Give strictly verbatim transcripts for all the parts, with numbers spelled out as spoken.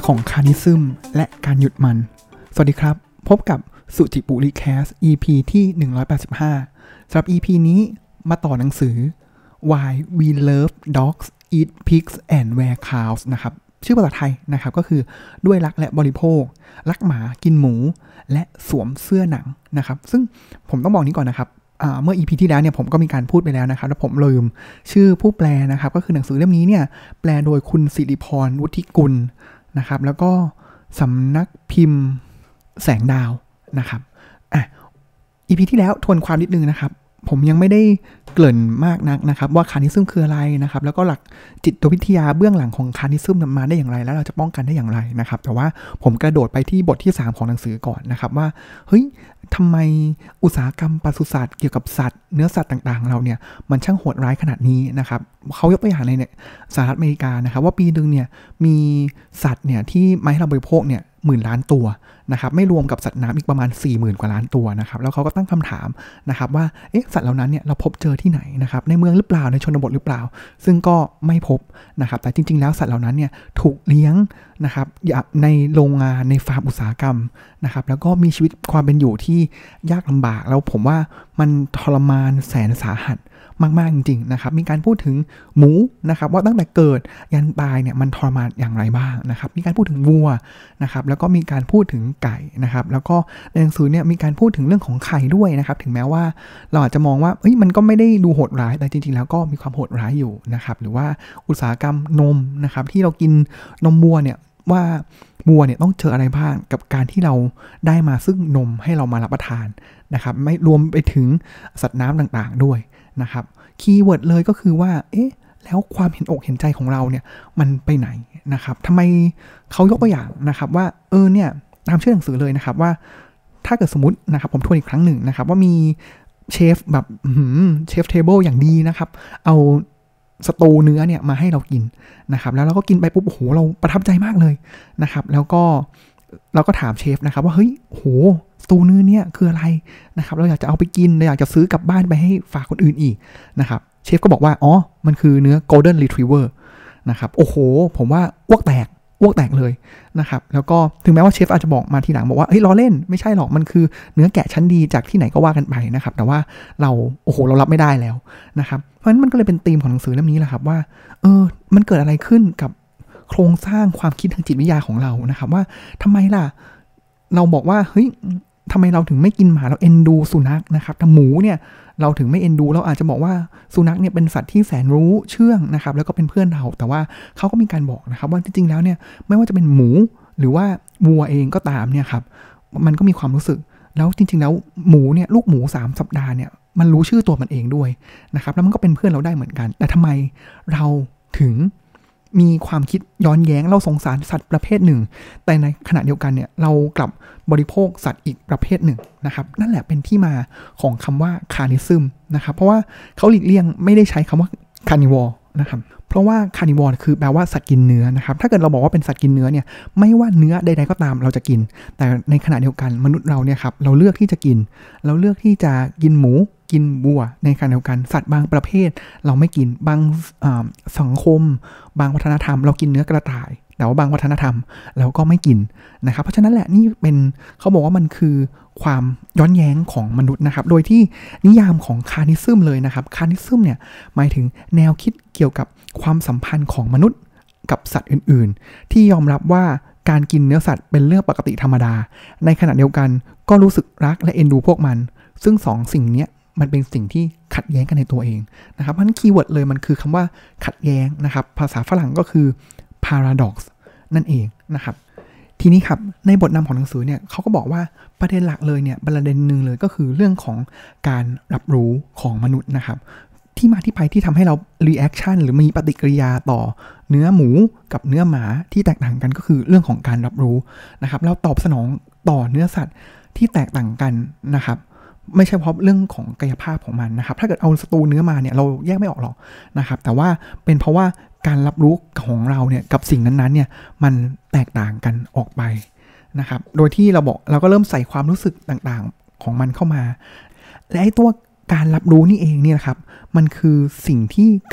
ของคานิซึมและการหยุดมันสวัสดีครับพบกับสุจิปุริแคส อี พี ที่หนึ่งร้อยแปดสิบห้าสำหรับ อี พี นี้มาต่อหนังสือ Why We Love Dogs Eat Pigs and Wear Cows นะครับชื่อภาษาไทยนะครับก็คือด้วยรักและบริโภครักหมากินหมูและสวมเสื้อหนังนะครับซึ่งผมต้องบอกนี้ก่อนนะครับเมื่อ อี พี ที่แล้วเนี่ยผมก็มีการพูดไปแล้วนะครับแล้วผมลืมชื่อผู้แปลนะครับก็คือหนังสือเล่มนี้เนี่ยแปลโดยคุณสิริพรวุฒิกุลนะครับแล้วก็สำนักพิมพ์แสงดาวนะครับอ่ะ อี พี ที่แล้วทวนความนิดนึงนะครับผมยังไม่ได้เกริ่นมากนักนะครับว่าคานิซึมคืออะไรนะครับแล้วก็หลักจิตวิทยาเบื้องหลังของคานิซึมมาได้อย่างไรแล้วเราจะป้องกันได้อย่างไรนะครับแต่ว่าผมกระโดดไปที่บทที่สามของหนังสือก่อนนะครับว่าเฮ้ยทำไมอุตสาหกรรมปศุสัตว์เกี่ยวกับสัตว์เนื้อสัตว์ต่างๆเราเนี่ยมันช่างโหดร้ายขนาดนี้นะครับเขายกตัวอย่างในสหรัฐอเมริกานะครับว่าปีนึงเนี่ยมีสัตว์เนี่ยที่มาให้เราบริโภคเนี่ยหมื่นล้านตัวนะครับไม่รวมกับสัตว์น้ำอีกประมาณ สี่หมื่น กว่าล้านตัวนะครับแล้วเขาก็ตั้งคำถามนะครับว่าเอ๊ะสัตว์เหล่านั้นเนี่ยเราพบเจอที่ไหนนะครับในเมืองหรือเปล่าในชนบทหรือเปล่าซึ่งก็ไม่พบนะครับแต่จริงๆแล้วสัตว์เหล่านั้นเนี่ยถูกเลี้ยงนะครับในโรงงานในฟาร์มอุตสาหกรรมนะครับแล้วก็มีชีวิตความเป็นอยู่ที่ยากลำบากแล้วผมว่ามันทรมานแสนสาหัสมากๆจริงๆนะครับมีการพูดถึงหมูนะครับว่าตั้งแต่เกิดยันตายเนี่ยมันทรมานอย่างไรบ้างนะครับมีการพูดถึงวัวนะครับแล้วก็มีการพูดถึงไก่นะครับแล้วก็ในหนังสือเนี่ยมีการพูดถึงเรื่องของไข่ด้วยนะครับถึงแม้ว่าเราอาจจะมองว่าเอ้ยมันก็ไม่ได้ดูโหดร้ายแต่จริงๆแล้วก็มีความโหดร้ายอยู่นะครับหรือว่าอุตสาหกรรมนมนะครับที่เรากินนมวัวเนี่ยว่าวัวเนี่ยต้องเจออะไรบ้างกับการที่เราได้มาซึ่งนมให้เรามารับประทานนะครับไม่รวมไปถึงสัตว์น้ำต่างๆด้วยนะครับคีย์เวิร์ดเลยก็คือว่าเอ๊ะแล้วความเห็นอกเห็นใจของเราเนี่ยมันไปไหนนะครับทำไมเขายกตัวอย่างนะครับว่าเออเนี่ยตามชื่อหนังสือเลยนะครับว่าถ้าเกิดสมมตินะครับผมทวนอีกครั้งหนึ่งนะครับว่ามีเชฟแบบเชฟเทเบิลอย่างดีนะครับเอาสตูเนื้อเนี่ยมาให้เรากินนะครับแล้วเราก็กินไปปุ๊บโอ้โหเราประทับใจมากเลยนะครับแล้วก็เราก็ถามเชฟนะครับว่าเฮ้ยโหสตูเนื้อเนี่ยคืออะไรนะครับเราอยากจะเอาไปกินเราอยากจะซื้อกลับบ้านไปให้ฝากคนอื่นอีกนะครับเชฟก็บอกว่าอ๋อมันคือเนื้อ Golden Retriever นะครับโอ้โหผมว่าอ้วกแตกอ้วกแตกเลยนะครับแล้วก็ถึงแม้ว่าเชฟอาจจะบอกมาทีหลังบอกว่าเฮ้ยล้อเล่นไม่ใช่หรอกมันคือเนื้อแกะชั้นดีจากที่ไหนก็ว่ากันไปนะครับแต่ว่าเราโอ้โหเรารับไม่ได้แล้วนะครับเพราะฉะนั้นมันก็เลยเป็นธีมของหนังสือเล่มนี้แหละครับว่าเออมันเกิดอะไรขึ้นกับโครงสร้างความคิดทางจิตวิทยาของเรานะครับว่าทำไมล่ะเราบอกว่าเฮ้ยทำไมเราถึงไม่กินหมาเราเอ็นดูสุนัขนะครับแต่หมูเนี่ยเราถึงไม่เอ็นดูเราอาจจะบอกว่าสุนัขเนี่ยเป็นสัตว์ที่แสนรู้เชื่องนะครับแล้วก็เป็นเพื่อนเราแต่ว่าเขาก็มีการบอกนะครับว่าจริงๆแล้วเนี่ยไม่ว่าจะเป็นหมูหรือว่าวัวเองก็ตามเนี่ยครับมันก็มีความรู้สึกแล้วจริงๆแล้วหมูเนี่ยลูกหมูสามสัปดาห์เนี่ยมันรู้ชื่อตัวมันเองด้วยนะครับแล้วมันก็เป็นเพื่อนเราได้เหมือนกันแต่ทำไมเราถึงมีความคิดย้อนแย้งเราสงสารสัตว์ประเภทหนึ่งแต่ในขณะเดียวกันเนี่ยเรากลับบริโภคสัตว์อีกประเภทหนึ่งนะครับนั่นแหละเป็นที่มาของคำว่าคานิซึมนะครับเพราะว่าเขาหลีกเลี่ยงไม่ได้ใช้คำว่าคานิวอร์นะครับเพราะว่าคานิวอร์คือแปลว่าสัตว์กินเนื้อนะครับถ้าเกิดเราบอกว่าเป็นสัตว์กินเนื้อเนี่ยไม่ว่าเนื้อใดๆก็ตามเราจะกินแต่ในขณะเดียวกันมนุษย์เราเนี่ยครับเราเลือกที่จะกินเราเลือกที่จะกินหมูกินวัวในขณะเดียวกันสัตว์บางประเภทเราไม่กินบางสังคมบางวัฒนธรรมเรากินเนื้อกระต่ายแต่ว่าบางวัฒนธรรมเราก็ไม่กินนะครับเพราะฉะนั้นแหละนี่เป็นเขาบอกว่ามันคือความย้อนแย้งของมนุษย์นะครับโดยที่นิยามของคานิซึมเลยนะครับคานิซึมเนี่ยหมายถึงแนวคิดเกี่ยวกับความสัมพันธ์ของมนุษย์กับสัตว์อื่นๆที่ยอมรับว่าการกินเนื้อสัตว์เป็นเรื่องปกติธรรมดาในขณะเดียวกันก็รู้สึกรักและเอ็นดูพวกมันซึ่งสองสิ่งนี้มันเป็นสิ่งที่ขัดแย้งกันในตัวเองนะครับเพราะฉะนั้นคีย์เวิร์ดเลยมันคือคำว่าขัดแย้งนะครับภาษาฝรั่งก็คือ paradox นั่นเองนะครับทีนี้ครับในบทนำของหนังสือเนี่ยเขาก็บอกว่าประเด็นหลักเลยเนี่ยประเด็นหนึ่งเลยก็คือเรื่องของการรับรู้ของมนุษย์นะครับที่มาที่ไปที่ทำให้เรา reaction หรือมีปฏิกิริยาต่อเนื้อหมูกับเนื้อหมาที่แตกต่างกันก็คือเรื่องของการรับรู้นะครับเราตอบสนองต่อเนื้อสัตว์ที่แตกต่างกันนะครับไม่ใช่เพราะเรื่องของกายภาพของมันนะครับถ้าเกิดเอาสตูเนื้อมาเนี่ยเราแยกไม่ออกหรอกนะครับแต่ว่าเป็นเพราะว่าการรับรู้ของเราเนี่ยกับสิ่งนั้นๆเนี่ยมันแตกต่างกันออกไปนะครับโดยที่เราบอกเราก็เริ่มใส่ความรู้สึกต่างๆของมันเข้ามาและไอ้ตัวการรับรู้นี่เองเนี่ยครับมันคือสิ่งที่กำหนด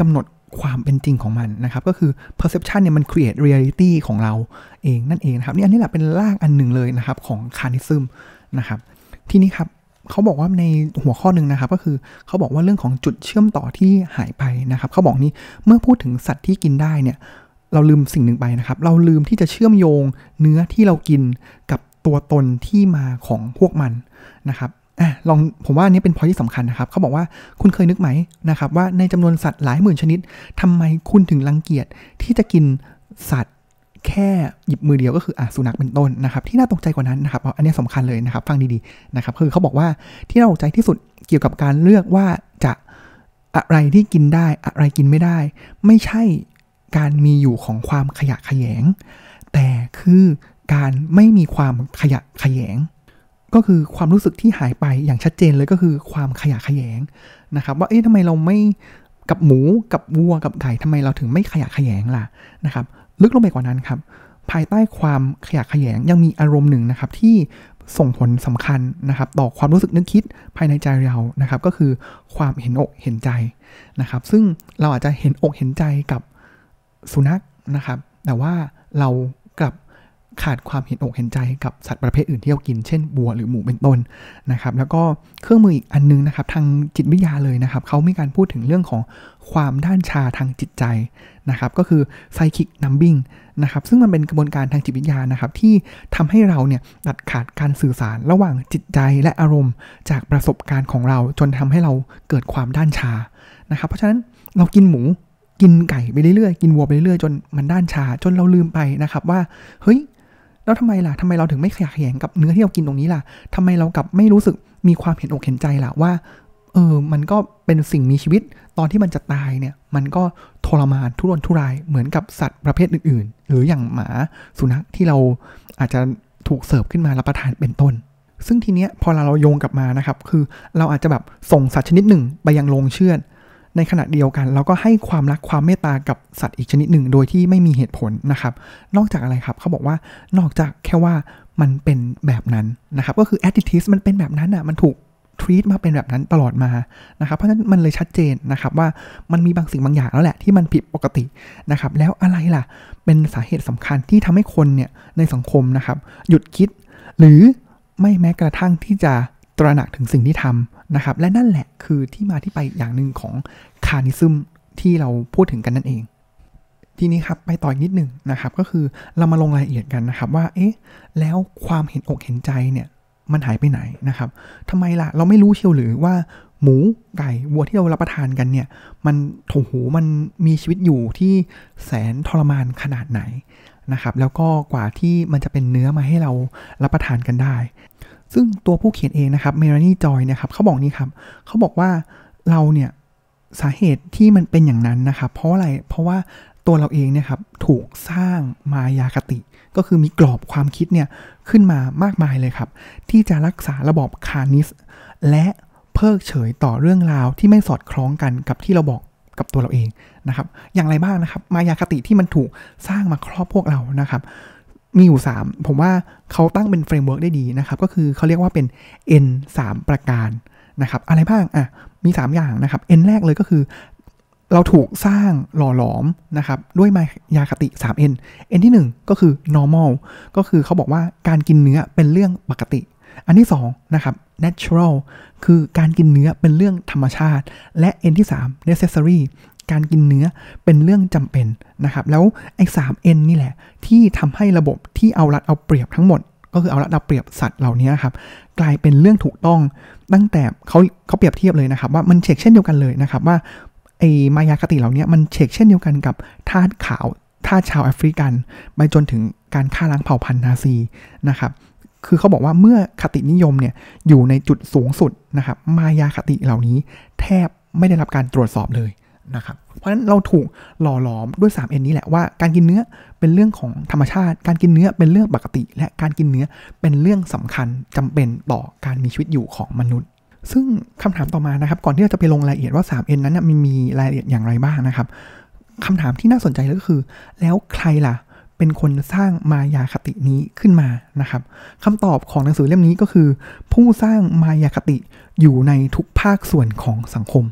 ความเป็นจริงของมันนะครับก็คือ perception เนี่ยมัน create reality ของเราเองนั่นเองนะครับนี่อันนี้แหละเป็นรากอันหนึ่งเลยนะครับของ Carnism นะครับทีนี้ครับเขาบอกว่าในหัวข้อหนึ่งนะครับก็คือเขาบอกว่าเรื่องของจุดเชื่อมต่อที่หายไปนะครับเขาบอกนี้เมื่อพูดถึงสัตว์ที่กินได้เนี่ยเราลืมสิ่งหนึ่งไปนะครับเราลืมที่จะเชื่อมโยงเนื้อที่เรากินกับตัวตนที่มาของพวกมันนะครับอ่ะลองผมว่าอันนี้เป็น point ที่สำคัญนะครับเขาบอกว่าคุณเคยนึกไหมนะครับว่าในจำนวนสัตว์หลายหมื่นชนิดทำไมคุณถึงรังเกียจที่จะกินสัตว์แค่หยิบมือเดียวก็คืออ่ะสุนัขเป็นต้นนะครับที่น่าตกใจกว่านั้นนะครับอันนี้สำคัญเลยนะครับฟังดีๆนะครับคือเขาบอกว่าที่น่าตกใจที่สุดเกี่ยวกับการเลือกว่าจะอะไรที่กินได้อะไรกินไม่ได้ไม่ใช่การมีอยู่ของความขยะแขยงแต่คือการไม่มีความขยะแขยงก็คือความรู้สึกที่หายไปอย่างชัดเจนเลยก็คือความขยะแขยงนะครับว่าเอ๊ะทำไมเราไม่กับหมูกับวัวกับไก่ทำไมเราถึงไม่ขยะแขยงล่ะนะครับลึกลงไปกว่านั้นครับภายใต้ความขยะแขยงยังมีอารมณ์หนึ่งนะครับที่ส่งผลสำคัญนะครับต่อความรู้สึกนึกคิดภายในใจเรานะครับก็คือความเห็นอกเห็นใจนะครับซึ่งเราอาจจะเห็นอกเห็นใจกับสุนัขนะครับแต่ว่าเรากลับขาดความเห็นอกเห็นใจกับสัตว์ประเภทอื่นที่เรากินเช่นวัวหรือหมูเป็นต้นนะครับแล้วก็เครื่องมืออีกอันนึงนะครับทางจิตวิทยาเลยนะครับเขามีการพูดถึงเรื่องของความด้านชาทางจิตใจนะครับก็คือ psychic numbing นะครับซึ่งมันเป็นกระบวนการทางจิตวิทยานะครับที่ทำให้เราเนี่ยตัดขาดการสื่อสารระหว่างจิตใจและอารมณ์จากประสบการณ์ของเราจนทำให้เราเกิดความด้านชานะครับเพราะฉะนั้นเรากินหมูกินไก่ไปเรื่อยๆกินวัวไปเรื่อยๆจนมันด้านชาจนเราลืมไปนะครับว่าเฮ้ยแล้วทำไมล่ะทำไมเราถึงไม่ขยะแขยงกับเนื้อที่เรากินตรงนี้ล่ะทำไมเรากลับไม่รู้สึกมีความเห็นอกเห็นใจล่ะว่าเออมันก็เป็นสิ่งมีชีวิตตอนที่มันจะตายเนี่ยมันก็ทรมานทุรนทุรายเหมือนกับสัตว์ประเภทอื่นๆหรืออย่างหมาสุนัขที่เราอาจจะถูกเสิร์ฟขึ้นมารับประทานเป็นต้นซึ่งทีเนี้ยพอเราโยงกลับมานะครับคือเราอาจจะแบบส่งสัตว์ชนิดหนึ่งไปยังโรงเชือดในขณะเดียวกันเราก็ให้ความรักความเมตตากับสัตว์อีกชนิดหนึ่งโดยที่ไม่มีเหตุผลนะครับนอกจากอะไรครับเขาบอกว่านอกจากแค่ว่ามันเป็นแบบนั้นนะครับก็คือ attitude มันเป็นแบบนั้นอ่ะมันถูกtreat มาเป็นแบบนั้นตลอดมานะครับเพราะฉะนั้นมันเลยชัดเจนนะครับว่ามันมีบางสิ่งบางอย่างแล้วแหละที่มันผิดปกตินะครับแล้วอะไรล่ะเป็นสาเหตุสำคัญที่ทำให้คนเนี่ยในสังคมนะครับหยุดคิดหรือไม่แม้กระทั่งที่จะตระหนักถึงสิ่งที่ทำนะครับและนั่นแหละคือที่มาที่ไปอย่างหนึ่งของคาร์นิซึมที่เราพูดถึงกันนั่นเองทีนี้ครับไปต่ออีกนิดหนึ่งนะครับก็คือเรามาลงรายละเอียดกันนะครับว่าเอ๊ะแล้วความเห็นอกเห็นใจเนี่ยมันหายไปไหนนะครับทำไมล่ะเราไม่รู้เชียวหรือว่าหมูไก่วัวที่เรารับประทานกันเนี่ยมันโถโหมันมีชีวิตอยู่ที่แสนทรมานขนาดไหนนะครับแล้วก็กว่าที่มันจะเป็นเนื้อมาให้เรารับประทานกันได้ซึ่งตัวผู้เขียนเองนะครับเมลานีจอยนะครับเขาบอกนี่ครับเขาบอกว่าเราเนี่ยสาเหตุที่มันเป็นอย่างนั้นนะครับเพราะอะไรเพราะว่าตัวเราเองเนี่ยครับถูกสร้างมายาคติก็คือมีกรอบความคิดเนี่ยขึ้นมามากมายเลยครับที่จะรักษาระบอบคาร์นิสและเพิกเฉยต่อเรื่องราวที่ไม่สอดคล้องกันกับที่เราบอกกับตัวเราเองนะครับอย่างไรบ้างนะครับมายาคติที่มันถูกสร้างมาครอบพวกเรานะครับมีอยู่สามผมว่าเขาตั้งเป็นเฟรมเวิร์กได้ดีนะครับก็คือเขาเรียกว่าเป็น N สามประการนะครับอะไรบ้างอ่ะมีสามอย่างนะครับ N แรกเลยก็คือเราถูกสร้างหล่อหลอมนะครับด้วยมายาคติ สาม N N ที่หนึ่งก็คือ normal ก็คือเขาบอกว่าการกินเนื้อเป็นเรื่องปกติอันที่สองนะครับ natural คือการกินเนื้อเป็นเรื่องธรรมชาติและ N ที่สาม necessary การกินเนื้อเป็นเรื่องจำเป็นนะครับแล้วไอ้ สาม N นี่แหละที่ทำให้ระบบที่เอารัดเอาเปรียบทั้งหมดก็คือเอารัดเอาเปรียบสัตว์เหล่านี้ครับกลายเป็นเรื่องถูกต้องตั้งแต่เขาเขาเปรียบเทียบเลยนะครับว่ามันเช็คเช่นเดียวกันเลยนะครับว่าไอ้มายาคติเหล่านี้มันเช็คเช่นเดียวกันกับทาสขาวทาสชาวแอฟริกันไปจนถึงการฆ่าล้างเผ่าพันธุ์นาซีนะครับคือเขาบอกว่าเมื่อคตินิยมเนี่ยอยู่ในจุดสูงสุดนะครับมายาคติเหล่านี้แทบไม่ได้รับการตรวจสอบเลยนะครับเพราะฉะนั้นเราถูกหล่อหลอมด้วย สาม เอ็น นี้แหละว่าการกินเนื้อเป็นเรื่องของธรรมชาติการกินเนื้อเป็นเรื่องปกติและการกินเนื้อเป็นเรื่องสำคัญจำเป็นต่อการมีชีวิตอยู่ของมนุษย์ซึ่งคำถามต่อมานะครับก่อนที่เราจะไปลงรายละเอียดว่า สาม เอ็น นั้นมีมีรายละเอียดอย่างไรบ้างนะครับคำถามที่น่าสนใจก็คือแล้วใครล่ะเป็นคนสร้างมายาคตินี้ขึ้นมานะครับคำตอบของหนังสือเล่มนี้ก็คือผู้สร้างมายาคติอยู่ในทุกภาคส่วนของสังคม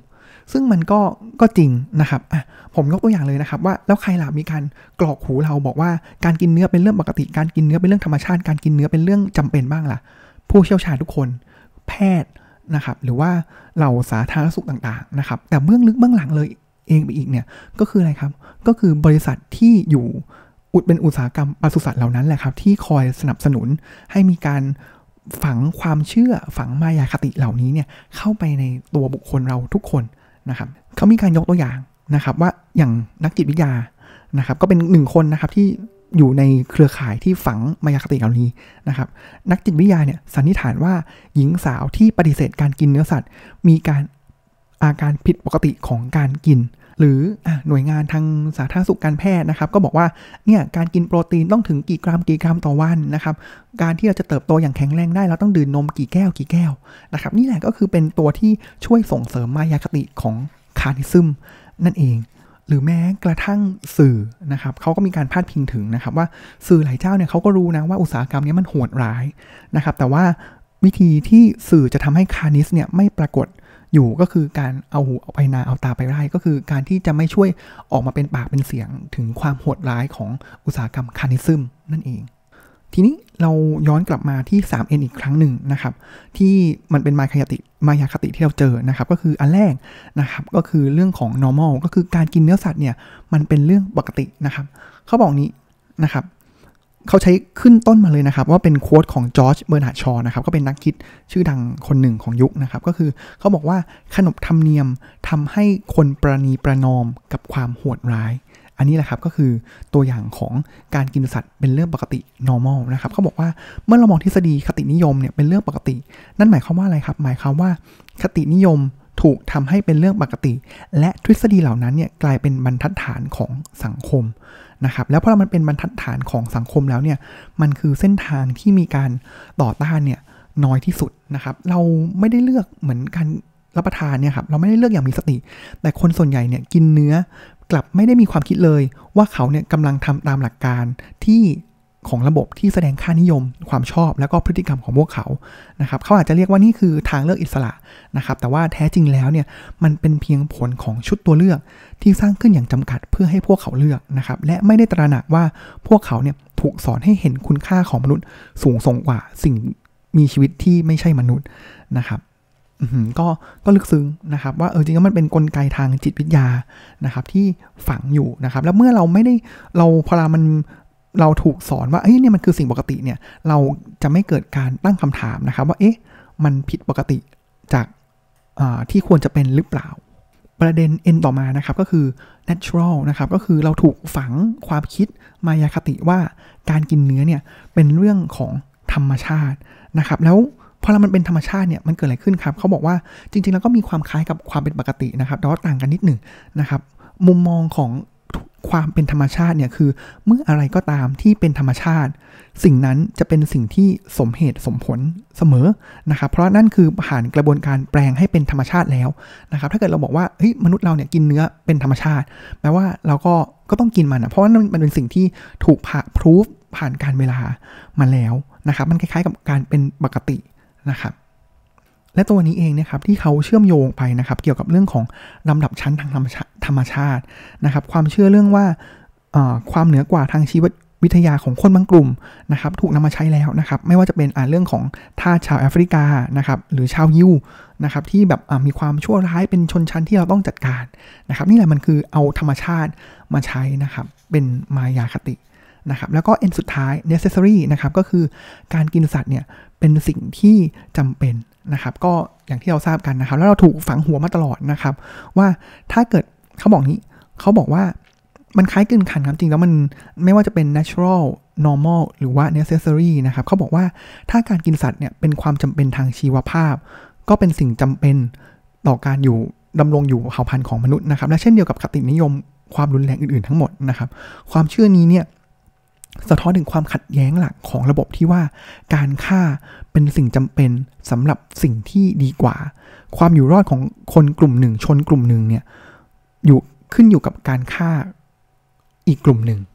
ซึ่งมันก็ก็จริงนะครับอ่ะผมยกตัวอย่างเลยนะครับว่าแล้วใครล่ะมีการกรอกหูเราบอกว่าการกินเนื้อเป็นเรื่องปกติการกินเนื้อเป็นเรื่องธรรมชาติการกินเนื้อเป็นเรื่องจำเป็นบ้างล่ะผู้เชี่ยวชาญทุกคนแพทย์นะครับหรือว่าเหล่าสาธารณสุขต่างๆนะครับแต่เบื้องลึกเบื้องหลังเลยเองไปอีกเนี่ยก็คืออะไรครับก็คือบริษัทที่อยู่อุดเป็นอุตสาหกรรมปศุสัตว์เหล่านั้นแหละครับที่คอยสนับสนุนให้มีการฝังความเชื่อฝังมายาคติเหล่านี้เนี่ยเข้าไปในตัวบุคคลเราทุกคนนะครับเขามีการยกตัวอย่างนะครับว่าอย่างนักจิตวิทยานะครับก็เป็นหนึ่งคนนะครับที่อยู่ในเครือข่ายที่ฝังมายาคติเหล่านี้นะครับนักจิตวิทยาเนี่ยสันนิษฐานว่าหญิงสาวที่ปฏิเสธการกินเนื้อสัตว์มีการอาการผิดปกติของการกินหรือหน่วยงานทางสาธารณสุขการแพทย์นะครับก็บอกว่าเนี่ยการกินโปรตีนต้องถึงกี่กรัมกี่กรัมต่อวันนะครับการที่เราจะเติบโตอย่างแข็งแรงได้เราต้องดื่มนมกี่แก้วกี่แก้วนะครับนี่แหละก็คือเป็นตัวที่ช่วยส่งเสริมมายาคติของคาร์นิซึมนั่นเองหรือแม้กระทั่งสื่อนะครับเขาก็มีการพาดพิงถึงนะครับว่าสื่อหลายเจ้าเนี่ยเขาก็รู้นะว่าอุตสาหกรรมนี้มันโหดร้ายนะครับแต่ว่าวิธีที่สื่อจะทำให้คาร์นิสเนี่ยไม่ปรากฏอยู่ก็คือการเอาหูเอาไปนาเอาตาไปไร่ก็คือการที่จะไม่ช่วยออกมาเป็นปากเป็นเสียงถึงความโหดร้ายของอุตสาหกรรมคาร์นิซึมนั่นเองทีนี้เราย้อนกลับมาที่ ทรี เอ็น อีกครั้งหนึ่งนะครับที่มันเป็นมายาคติมายาคติที่เราเจอนะครับก็คืออันแรกนะครับก็คือเรื่องของ normal ก็คือการกินเนื้อสัตว์เนี่ยมันเป็นเรื่องปกตินะครับเขาบอกนี้นะครับเขาใช้ขึ้นต้นมาเลยนะครับว่าเป็นโค้ดของจอร์จเบอร์นาร์ดชอว์นะครับก็เป็นนักคิดชื่อดังคนหนึ่งของยุคนะครับก็คือเขาบอกว่าขนบธรรมเนียมทำให้คนประนีประนอมกับความโหดร้ายอันนี้แหละครับก็คือตัวอย่างของการกินสัตว์เป็นเรื่องปกติ normal นะครับเขาบอกว่าเมื่อเรามองทฤษฎีคตินิยมเนี่ยเป็นเรื่องปกตินั่นหมายความว่าอะไรครับหมายความว่าคตินิยมถูกทำให้เป็นเรื่องปกติและทฤษฎีเหล่านั้นเนี่ยกลายเป็นบรรทัดฐานของสังคมนะครับแล้วพอมันเป็นบรรทัดฐานของสังคมแล้วเนี่ยมันคือเส้นทางที่มีการต่อต้านเนี่ยน้อยที่สุดนะครับเราไม่ได้เลือกเหมือนการรับประทานเนี่ยครับเราไม่ได้เลือกอย่างมีสติแต่คนส่วนใหญ่เนี่ยกินเนื้อกลับไม่ได้มีความคิดเลยว่าเขาเนี่ยกำลังทำตามหลักการที่ของระบบที่แสดงค่านิยมความชอบแล้วก็พฤติกรรมของพวกเขานะครับเขาอาจจะเรียกว่านี่คือทางเลือกอิสระนะครับแต่ว่าแท้จริงแล้วเนี่ยมันเป็นเพียงผลของชุดตัวเลือกที่สร้างขึ้นอย่างจำกัดเพื่อให้พวกเขาเลือกนะครับและไม่ได้ตระหนักว่าพวกเขาเนี่ยถูกสอนให้เห็นคุณค่าของมนุษย์สูงส่งกว่าสิ่งมีชีวิตที่ไม่ใช่มนุษย์นะครับก็ก็ลึกซึ้งนะครับว่าเออจริงๆมันเป็นกลไกทางจิตวิทยานะครับที่ฝังอยู่นะครับแล้วเมื่อเราไม่ได้เราพอมันเราถูกสอนว่าเอ้ยเนี่ยมันคือสิ่งปกติเนี่ยเราจะไม่เกิดการตั้งคำถามนะครับว่าเอ๊ะมันผิดปกติจากที่ควรจะเป็นหรือเปล่าประเด็น N ต่อมานะครับก็คือ natural นะครับก็คือเราถูกฝังความคิดมายาคติว่าการกินเนื้อเนี่ยเป็นเรื่องของธรรมชาตินะครับแล้วพอมันเป็นธรรมชาติเนี่ยมันเกิดอะไรขึ้นครับเขาบอกว่าจริงๆแล้วก็มีความคล้ายกับความเป็นปกตินะครับแต่ว่าต่างกันนิดหนึ่งนะครับมุมมองของความเป็นธรรมชาติเนี่ยคือเมื่ออะไรก็ตามที่เป็นธรรมชาติสิ่งนั้นจะเป็นสิ่งที่สมเหตุสมผลเสมอนะครับเพราะนั่นคือผ่านกระบวนการแปลงให้เป็นธรรมชาติแล้วนะครับถ้าเกิดเราบอกว่าเฮ้ยมนุษย์เราเนี่ยกินเนื้อเป็นธรรมชาติแปลว่าเราก็ก็ต้องกินมันนะเพราะว่ามันเป็นสิ่งที่ถูกผ่าพรูฟผ่านการเวลามาแล้วนะครับมันคล้ายๆกับการเป็นปกตินะครับและตัวนี้เองนะครับที่เขาเชื่อมโยงไปนะครับเกี่ยวกับเรื่องของลำดับชั้นทางธรรมชาติธรรมชาตินะครับความเชื่อเรื่องว่าความเหนือกว่าทางชีววิทยาของคนบางกลุ่มนะครับถูกนำมาใช้แล้วนะครับไม่ว่าจะเป็นเรื่องของทาสชาวแอฟริกานะครับหรือชาวยิวนะครับที่แบบมีความชั่วร้ายเป็นชนชั้นที่เราต้องจัดการนะครับนี่แหละมันคือเอาธรรมชาติมาใช้นะครับเป็นมายาคตินะครับแล้วก็ N สุดท้าย necessary นะครับก็คือการกินสัตว์เนี่ยเป็นสิ่งที่จำเป็นนะครับก็อย่างที่เราทราบกันนะครับแล้วเราถูกฝังหัวมาตลอดนะครับว่าถ้าเกิดเขาบอกนี้เขาบอกว่ามันคล้ายคลึงกันครับจริงแล้วมันไม่ว่าจะเป็น natural normal หรือว่า necessary นะครับเขาบอกว่าถ้าการกินสัตว์เนี่ยเป็นความจำเป็นทางชีวภาพก็เป็นสิ่งจำเป็นต่อการอยู่ดำรงอยู่เผ่าพันธุ์ของมนุษย์นะครับและเช่นเดียวกับคตินิยมความรุนแรงอื่นๆทั้งหมดนะครับความเชื่อนี้เนี่ยสะท้อนถึงความขัดแย้งหลักของระบบที่ว่าการฆ่าเป็นสิ่งจำเป็นสำหรับสิ่งที่ดีกว่าความอยู่รอดของคนกลุ่มหนึ่งชนกลุ่มหนึ่งเนี่ยอยู่ขึ้นอยู่กับการฆ่าอีกกลุ่มหนึ่ง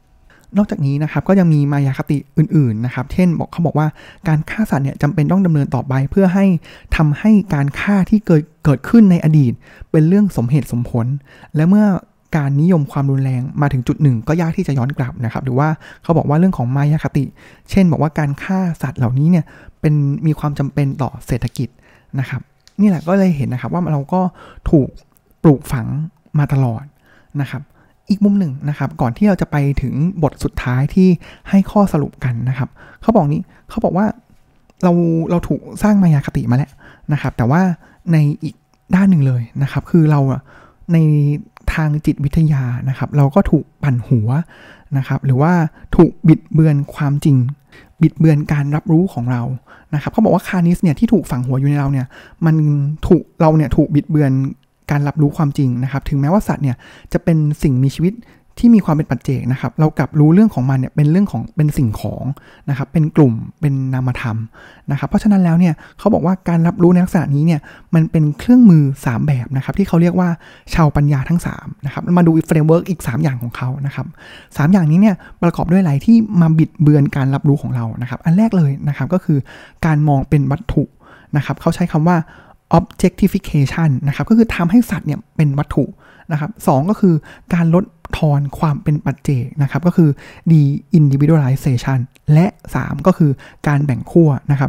นอกจากนี้นะครับก็ยังมีมายาคติอื่นๆนะครับเช่นบอกเขาบอกว่าการฆ่าสัตว์เนี่ยจำเป็นต้องดำเนินต่อไปเพื่อให้ทำให้การฆ่าที่เกิดเกิดขึ้นในอดีตเป็นเรื่องสมเหตุสมผลและเมื่อการนิยมความรุนแรงมาถึงจุดหนึ่งก็ยากที่จะย้อนกลับนะครับหรือว่าเขาบอกว่าเรื่องของมายาคติเช่นบอกว่าการฆ่าสัตว์เหล่านี้เนี่ยเป็นมีความจำเป็นต่อเศรษฐกิจนะครับนี่แหละก็เลยเห็นนะครับว่าเราก็ถูกปลูกฝังมาตลอดนะครับอีกมุมหนึ่งนะครับก่อนที่เราจะไปถึงบทสุดท้ายที่ให้ข้อสรุปกันนะครับเขาบอกนี้เขาบอกว่าเราเราถูกสร้างมายาคติมาแล้วนะครับแต่ว่าในอีกด้านหนึ่งเลยนะครับคือเราในทางจิตวิทยานะครับเราก็ถูกปั่นหัวนะครับหรือว่าถูกบิดเบือนความจริงบิดเบือนการรับรู้ของเรานะครับเขาบอกว่าคานิสเนี่ยที่ถูกฝังหัวอยู่ในเราเนี่ยมันถูกเราเนี่ยถูกบิดเบือนการรับรู้ความจริงนะครับถึงแม้ว่าสัตว์เนี่ยจะเป็นสิ่งมีชีวิตที่มีความเป็นปัจเจกนะครับเรากลับรู้เรื่องของมันเนี่ยเป็นเรื่องของเป็นสิ่งของนะครับเป็นกลุ่มเป็นนามธรรมนะครับเพราะฉะนั้นแล้วเนี่ยเขาบอกว่าการรับรู้ในลักษณะนี้เนี่ยมันเป็นเครื่องมือสามแบบนะครับที่เขาเรียกว่าชาวปัญญาทั้งสามนะครับมาดูเฟรมเวิร์กอีกสามอย่างของเขานะครับสามอย่างนี้เนี่ยประกอบด้วยอะไรที่มาบิดเบือนการรับรู้ของเรานะครับอันแรกเลยนะครับก็คือการมองเป็นวัตถุนะครับเขาใช้คำว่า objectification นะครับก็คือทำให้สัตว์เนี่ยเป็นวัตถุนะครับสองก็คือการลดทอนความเป็นปัจเจกนะครับก็คือ de-individualization และสามก็คือการแบ่งขั้วนะครับ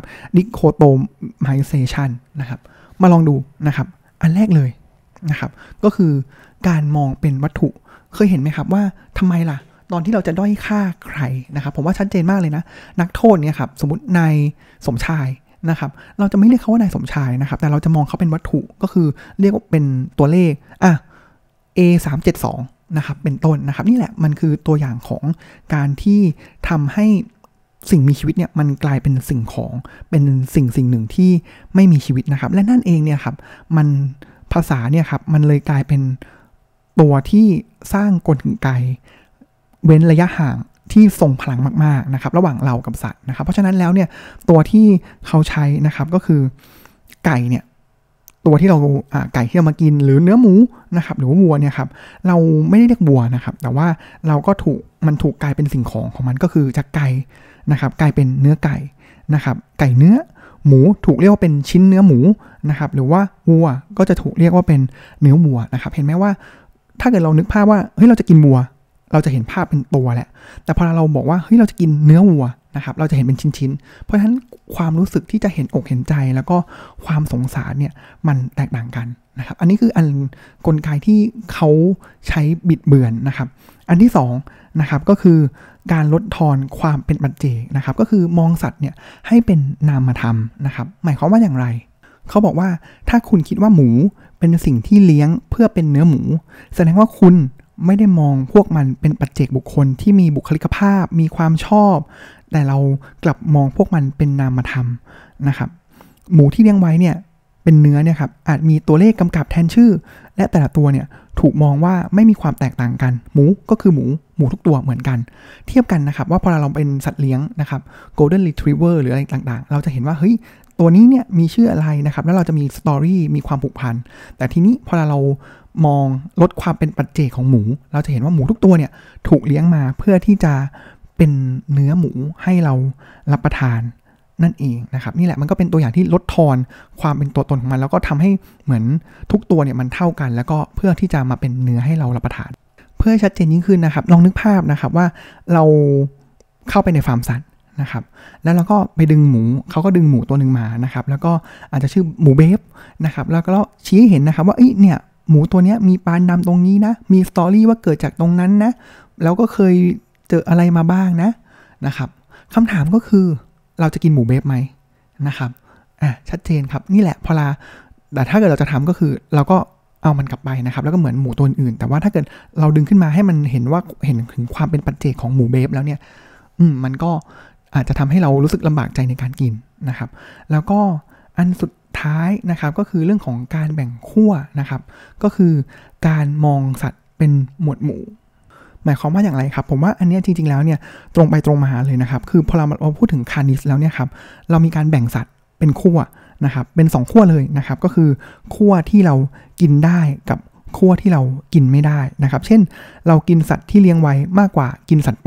dichotomization นะครับมาลองดูนะครับอันแรกเลยนะครับก็คือการมองเป็นวัตถุเคยเห็นไหมครับว่าทำไมล่ะตอนที่เราจะด้อยค่าใครนะครับผมว่าชัดเจนมากเลยนะนักโทษเนี่ยครับสมมุตินายสมชายนะครับเราจะไม่เรียกเขาว่านายสมชายนะครับแต่เราจะมองเขาเป็นวัตถุก็คือเรียกว่าเป็นตัวเลขอ่ะ เอ สามเจ็ดสอง นะครับเป็นต้นนะครับนี่แหละมันคือตัวอย่างของการที่ทำให้สิ่งมีชีวิตเนี่ยมันกลายเป็นสิ่งของเป็นสิ่งสิ่งหนึ่งที่ไม่มีชีวิตนะครับและนั่นเองเนี่ยครับมันภาษาเนี่ยครับมันเลยกลายเป็นตัวที่สร้างกลไกเว้นระยะห่างที่ทรงพลังมากๆนะครับระหว่างเรากับสัตว์นะครับเพราะฉะนั้นแล้วเนี่ยตัวที่เขาใช้นะครับก็คือไก่เนี่ยตัวที่เราไก่ที่เรามากินหรือเนื้อหมูนะครับหรือว่าวัวเนี่ยครับเราไม่ได้เรียกวัวนะครับแต่ว่าเราก็ถูกมันถูกกลายเป็นสิ่งของของมันก็คือจากไก่นะครับกลายเป็นเนื้อไก่นะครับไก่เนื้อหมูถูกเรียกว่าเป็นชิ้นเนื้อหมูนะครับหรือว่าวัวก็จะถูกเรียกว่าเป็นเนื้อวัวนะครับเห็นไหมว่าถ้าเกิดเรานึกภาพว่าเฮ้ยเราจะกินวัวเราจะเห็นภาพเป็นตัวแหละแต่พอเราบอกว่าเฮ้ยเราจะกินเนื้อวัวนะครับเราจะเห็นเป็นชิ้นๆเพราะฉะนั้นความรู้สึกที่จะเห็นอกเห็นใจแล้วก็ความสงสารเนี่ยมันแตกต่างกันนะครับอันนี้คืออันกลไกที่เขาใช้บิดเบือนนะครับอันที่สองนะครับก็คือการลดทอนความเป็นปัจเจกนะครับก็คือมองสัตว์เนี่ยให้เป็นนามธรรมนะครับหมายความว่าอย่างไรเขาบอกว่าถ้าคุณคิดว่าหมูเป็นสิ่งที่เลี้ยงเพื่อเป็นเนื้อหมูแสดงว่าคุณไม่ได้มองพวกมันเป็นปัจเจกบุคคลที่มีบุคลิกภาพมีความชอบแต่เรากลับมองพวกมันเป็นนามธรรมนะครับหมูที่เลี้ยงไว้เนี่ยเป็นเนื้อเนี่ยครับอาจมีตัวเลขกำกับแทนชื่อและแต่ละตัวเนี่ยถูกมองว่าไม่มีความแตกต่างกันหมูก็คือหมูหมูทุกตัวเหมือนกันเทียบกันนะครับว่าพอเราเป็นสัตว์เลี้ยงนะครับ Golden Retriever หรืออะไรต่างๆเราจะเห็นว่าเฮ้ยตัวนี้เนี่ยมีชื่ออะไรนะครับแล้วเราจะมีสตอรี่มีความผูกพันแต่ทีนี้พอเรามองลดความเป็นปัจเจกของหมูเราจะเห็นว่าหมูทุกตัวเนี่ยถูกเลี้ยงมาเพื่อที่จะเป็นเนื้อหมูให้เรารับประทานนั่นเองนะครับนี่แหละมันก็เป็นตัวอย่างที่ลดทอนความเป็นตัวตนของมันแล้วก็ทำให้เหมือนทุกตัวเนี่ยมันเท่ากันแล้วก็เพื่อที่จะมาเป็นเนื้อให้เรารับประทานเพื่อให้ชัดเจนยิ่งขึ้นนะครับลองนึกภาพนะครับว่าเราเข้าไปในฟาร์มสัตว์นะครับแล้วเราก็ไปดึงหมูเขาก็ดึงหมูตัวหนึ่งมานะครับแล้วก็อาจจะชื่อหมูเบฟนะครับแล้วก็ชี้ให้เห็นนะครับว่าเอ้ยเนี่ยหมูตัวนี้มีปานดำตรงนี้นะมีสตอรี่ว่าเกิดจากตรงนั้นนะแล้วก็เคยเจออะไรมาบ้างนะนะครับคำถามก็คือเราจะกินหมูเบฟไหมนะครับอ่ะชัดเจนครับนี่แหละพอละแต่ถ้าเกิดเราจะทำก็คือเราก็เอามันกลับไปนะครับแล้วก็เหมือนหมูตัวอื่นแต่ว่าถ้าเกิดเราดึงขึ้นมาให้มันเห็นว่าเห็นถึงความเป็นปัจเจกของหมูเบฟแล้วเนี่ยอืมมันก็อาจจะทำให้เรารู้สึกลำบากใจในการกินนะครับแล้วก็อันสุดท้ายนะครับก็คือเรื่องของการแบ่งขั้วนะครับก็คือการมองสัตว์เป็นหมวดหมู่หมายความว่าอย่างไรครับผมว่าอันนี้จริงๆแล้วเนี่ยตรงไปตรงมาเลยนะครับคือพอเราเราพูดถึงคานิสแล้วเนี่ยครับเรามีการแบ่งสัตว์เป็นขั้วนะครับเป็นสองขั้วเลยนะครับก็คือขั้วที่เรากินได้กับขั้วที่เรากินไม่ได้นะครับเช่นเรากินสัตว์ที่เลี้ยงไว้มากกว่ากินสัตว์ป่า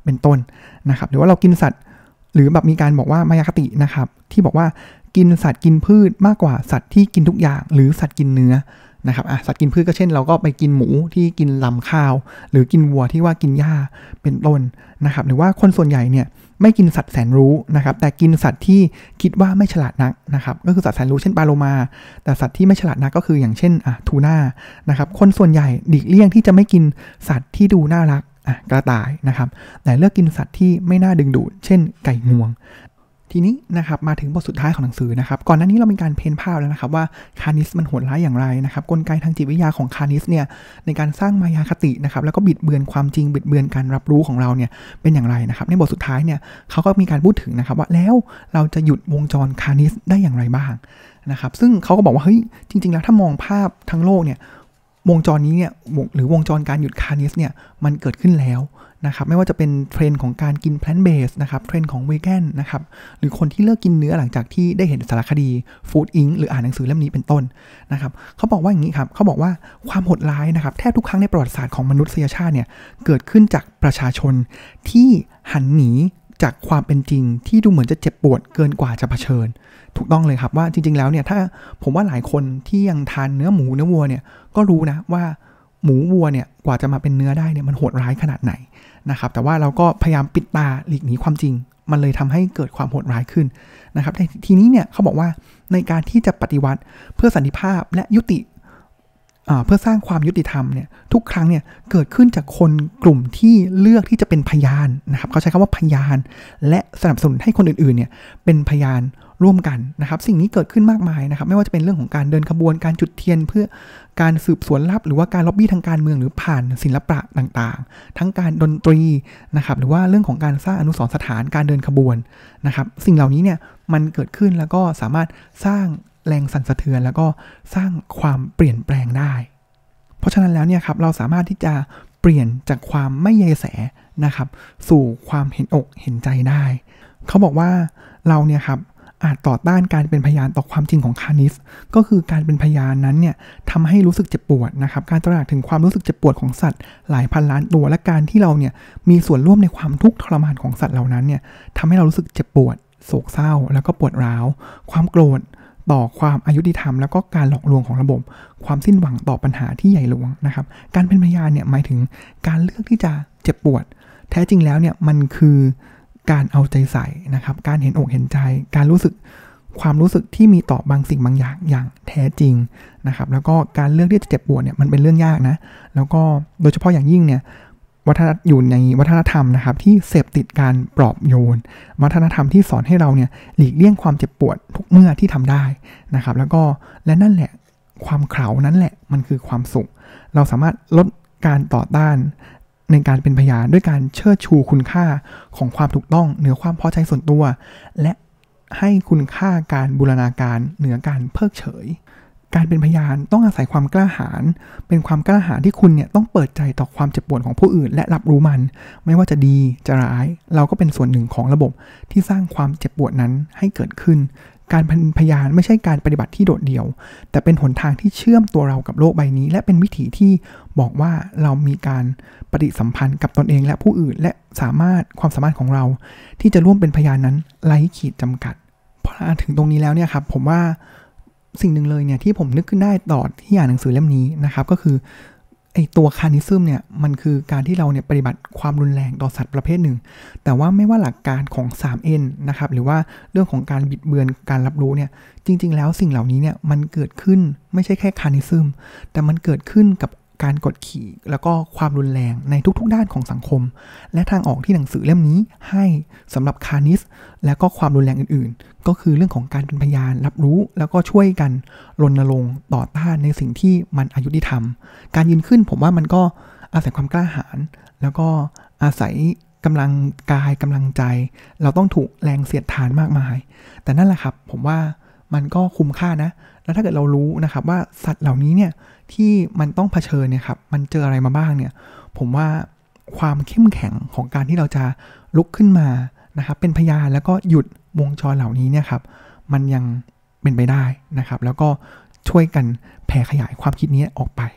เป็นต้นนะครับหรือว่าเรากินสัตว์หรือแบบมีการบอกว่ามายาคตินะครับที่บอกว่ากินสัตว์กินพืชมากกว่าสัตว์ที่กินทุกอย่างหรือสัตว์กินเนื้อนะครับอ่ะสัตว์กินพืชก็เช่นเราก็ไปกินหมูที่กินลำข้าวหรือกินวัวที่ว่ากินหญ้าเป็นต้นนะครับหรือว่าคนส่วนใหญ่เนี่ยไม่กินสัตว์แสนรู้นะครับแต่กินสัตว์ที่คิดว่าไม่ฉลาดนักนะครับก็คือสัตว์แสนรู้เช่นปลาโลมาแต่สัตว์ที่ไม่ฉลาดนักก็คืออย่างเช่นอ่ะทูน่านะครับคนส่วนใหญ่หลีกเลี่ยงที่จะไม่กินสัตว์ที่ดูน่ารักอ่ะกระต่ายนะครับแต่เลือกกินสัตว์ที่ไม่น่าดึงดูดเช่นไก่งวงทีนี้นะครับมาถึงบทสุดท้ายของหนังสือนะครับก่อนหน้านี้เรามีการเพ้นภาพแล้วนะครับว่าคานิสมันโหดร้ายอย่างไรนะครับกลไกทางจิตวิทยาของคานิสเนี่ยในการสร้างมายาคตินะครับแล้วก็บิดเบือนความจริงบิดเบือนการรับรู้ของเราเนี่ยเป็นอย่างไรนะครับในบทสุดท้ายเนี่ยเขาก็มีการพูดถึงนะครับว่าแล้วเราจะหยุดวงจรคานิสได้อย่างไรบ้างนะครับซึ่งเขาก็บอกว่าเฮ้ยจริงๆแล้วถ้ามองภาพทั้งโลกเนี่ยวงจรนี้เนี่ยหรือวงจรการหยุดคานิสเนี่ยมันเกิดขึ้นแล้วนะครับไม่ว่าจะเป็นเทรนด์ของการกินแพลนท์เบสนะครับเทรนด์ของเวแกนนะครับหรือคนที่เลิกกินเนื้อหลังจากที่ได้เห็นสารคดีฟู้ดอิงหรืออ่านหนังสือเล่มนี้เป็นต้นนะครับเขาบอกว่าอย่างนี้ครับเขาบอกว่าความโหดร้ายนะครับแทบทุกครั้งในประวัติศาสตร์ของมนุษยชาติเนี่ยเกิดขึ้นจากประชาชนที่หันหนีจากความเป็นจริงที่ดูเหมือนจะเจ็บปวดเกินกว่าจะเผชิญถูกต้องเลยครับว่าจริงๆแล้วเนี่ยถ้าผมว่าหลายคนที่ยังทานเนื้อหมูเนื้อวัวเนี่ยก็รู้นะว่าหมูวัวเนี่ยกว่าจะมาเป็นเนื้อได้เนี่ยมันโหดร้ายขนาดไหนนะครับแต่ว่าเราก็พยายามปิดตาหลีกหนีความจริงมันเลยทำให้เกิดความโหดร้ายขึ้นนะครับแต่ทีนี้เนี่ยเขาบอกว่าในการที่จะปฏิวัติเพื่อสันติภาพและยุติเพื่อสร้างความยุติธรรมเนี่ยทุกครั้งเนี่ยเกิดขึ้นจากคนกลุ่มที่เลือกที่จะเป็นพยานนะครับเขาใช้คำว่าพยานและสนับสนุนให้คนอื่นๆเนี่ยเป็นพยานร่วมกันนะครับสิ่งนี้เกิดขึ้นมากมายนะครับไม่ว่าจะเป็นเรื่องของการเดินขบวนการจุดเทียนเพื่อการสืบสวนลับหรือว่าการล็อบบี้ทางการเมืองหรือผ่านศิลปะต่างๆทั้งการดนตรีนะครับหรือว่าเรื่องของการสร้างอนุสรณ์สถานการเดินขบวนนะครับสิ่งเหล่านี้เนี่ยมันเกิดขึ้นแล้วก็สามารถสร้างแรงสั่นสะเทือนแล้วก็สร้างความเปลี่ยนแปลงได้เพราะฉะนั้นแล้วเนี่ยครับเราสามารถที่จะเปลี่ยนจากความไม่ใยแสนะครับสู่ความเห็นอกเห็นใจได้เขาบอกว่าเราเนี่ยครับอาจต่อต้านการเป็นพยานต่อความจริงของคานิสก็คือการเป็นพยานนั้นเนี่ยทำให้รู้สึกเจ็บปวดนะครับการตระหนักถึงความรู้สึกเจ็บปวดของสัตว์หลายพันล้านตัวและการที่เราเนี่ยมีส่วนร่วมในความทุกข์ทรมานของสัตว์เหล่านั้นเนี่ยทำให้เรารู้สึกเจ็บปวดโศกเศร้าแล้วก็ปวดร้าวความโกรธต่อความอายุติธรรมแล้วก็การหลอกลวงของระบบความสิ้นหวังต่อปัญหาที่ใหญ่หลวงนะครับการเป็นพยานเนี่ยหมายถึงการเลือกที่จะเจ็บปวดแท้จริงแล้วเนี่ยมันคือการเอาใจใส่นะครับการเห็นอกเห็นใจการรู้สึกความรู้สึกที่มีต่อบางสิ่งบางอย่างอย่างแท้จริงนะครับแล้วก็การเลือกที่จะเจ็บปวดเนี่ยมันเป็นเรื่องยากนะแล้วก็โดยเฉพาะอย่างยิ่งเนี่ยวัฒนอยู่ในวัฒนธรรมนะครับที่เสพติดการปลอบโยนวัฒนธรรมที่สอนให้เราเนี่ยหลีกเลี่ยงความเจ็บปวดทุกเมื่อที่ทำได้นะครับแล้วก็และนั่นแหละความเขลานั้นแหละมันคือความสุขเราสามารถลดการต่อต้านในการเป็นพยานด้วยการเชิดชูคุณค่าของความถูกต้องเหนือความพอใจส่วนตัวและให้คุณค่าการบูรณาการเหนือการเพิกเฉยการเป็นพยานต้องอาศัยความกล้าหาญเป็นความกล้าหาญที่คุณเนี่ยต้องเปิดใจต่อความเจ็บปวดของผู้อื่นและรับรู้มันไม่ว่าจะดีจะร้ายเราก็เป็นส่วนหนึ่งของระบบที่สร้างความเจ็บปวดนั้นให้เกิดขึ้นการเป็นพยานไม่ใช่การปฏิบัติที่โดดเดี่ยวแต่เป็นหนทางที่เชื่อมตัวเรากับโลกใบนี้และเป็นวิถีที่บอกว่าเรามีการปฏิสัมพันธ์กับตนเองและผู้อื่นและสามารถความสามารถของเราที่จะร่วมเป็นพยานนั้นไร้ขีดจำกัดพอถึงตรงนี้แล้วเนี่ยครับผมว่าสิ่งหนึ่งเลยเนี่ยที่ผมนึกขึ้นได้ต่อที่อ่านหนังสือเล่มนี้นะครับก็คือไอตัวคานิซึมเนี่ยมันคือการที่เราเนี่ยปฏิบัติความรุนแรงต่อสัตว์ประเภทหนึ่งแต่ว่าไม่ว่าหลักการของ ทรี เอ็น นะครับหรือว่าเรื่องของการบิดเบือนการรับรู้เนี่ยจริงๆแล้วสิ่งเหล่านี้เนี่ยมันเกิดขึ้นไม่ใช่แค่คานิซึมแต่มันเกิดขึ้นกับการกดขี่แล้วก็ความรุนแรงในทุกๆด้านของสังคมและทางออกที่หนังสือเล่มนี้ให้สำหรับคานิสและก็ความรุนแรงอื่นๆก็คือเรื่องของการเป็นพยานรับรู้แล้วก็ช่วยกันรณรงค์ต่อต้านในสิ่งที่มันอยุติธรรมการยืนขึ้นผมว่ามันก็อาศัยความกล้าหาญแล้วก็อาศัยกำลังกายกำลังใจเราต้องถูกแรงเสียดทานมากมายแต่นั่นแหละครับผมว่ามันก็คุ้มค่านะแล้วถ้าเกิดเรารู้นะครับว่าสัตว์เหล่านี้เนี่ยที่มันต้องเผชิญเนี่ยครับมันเจออะไรมาบ้างเนี่ยผมว่าความเข้มแข็งของการที่เราจะลุกขึ้นมานะครับเป็นพยานแล้วก็หยุดวงจรเหล่านี้เนี่ยครับมันยังเป็นไปได้นะครับแล้วก็ช่วยกันแผ่ขยายความคิดนี้ออกไป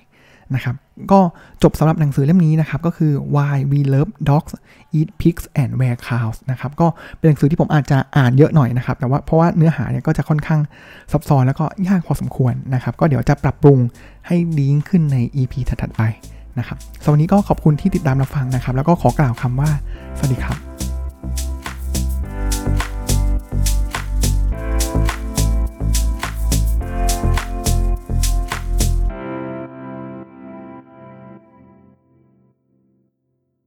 นะครับก็จบสำหรับหนังสือเล่มนี้นะครับก็คือ Why We Love Dogs Eat Pigs and Wear Cows นะครับก็เป็นหนังสือที่ผมอาจจะอ่านเยอะหน่อยนะครับแต่ว่าเพราะว่าเนื้อหาเนี่ยก็จะค่อนข้างซับซ้อนแล้วก็ยากพอสมควรนะครับก็เดี๋ยวจะปรับปรุงให้ดียิ่งขึ้นใน อี พี ถัดๆไปนะครับสำหรับวันนี้ก็ขอบคุณที่ติดตามรับฟังนะครับแล้วก็ขอกล่าวคำว่าสวัสดีครับ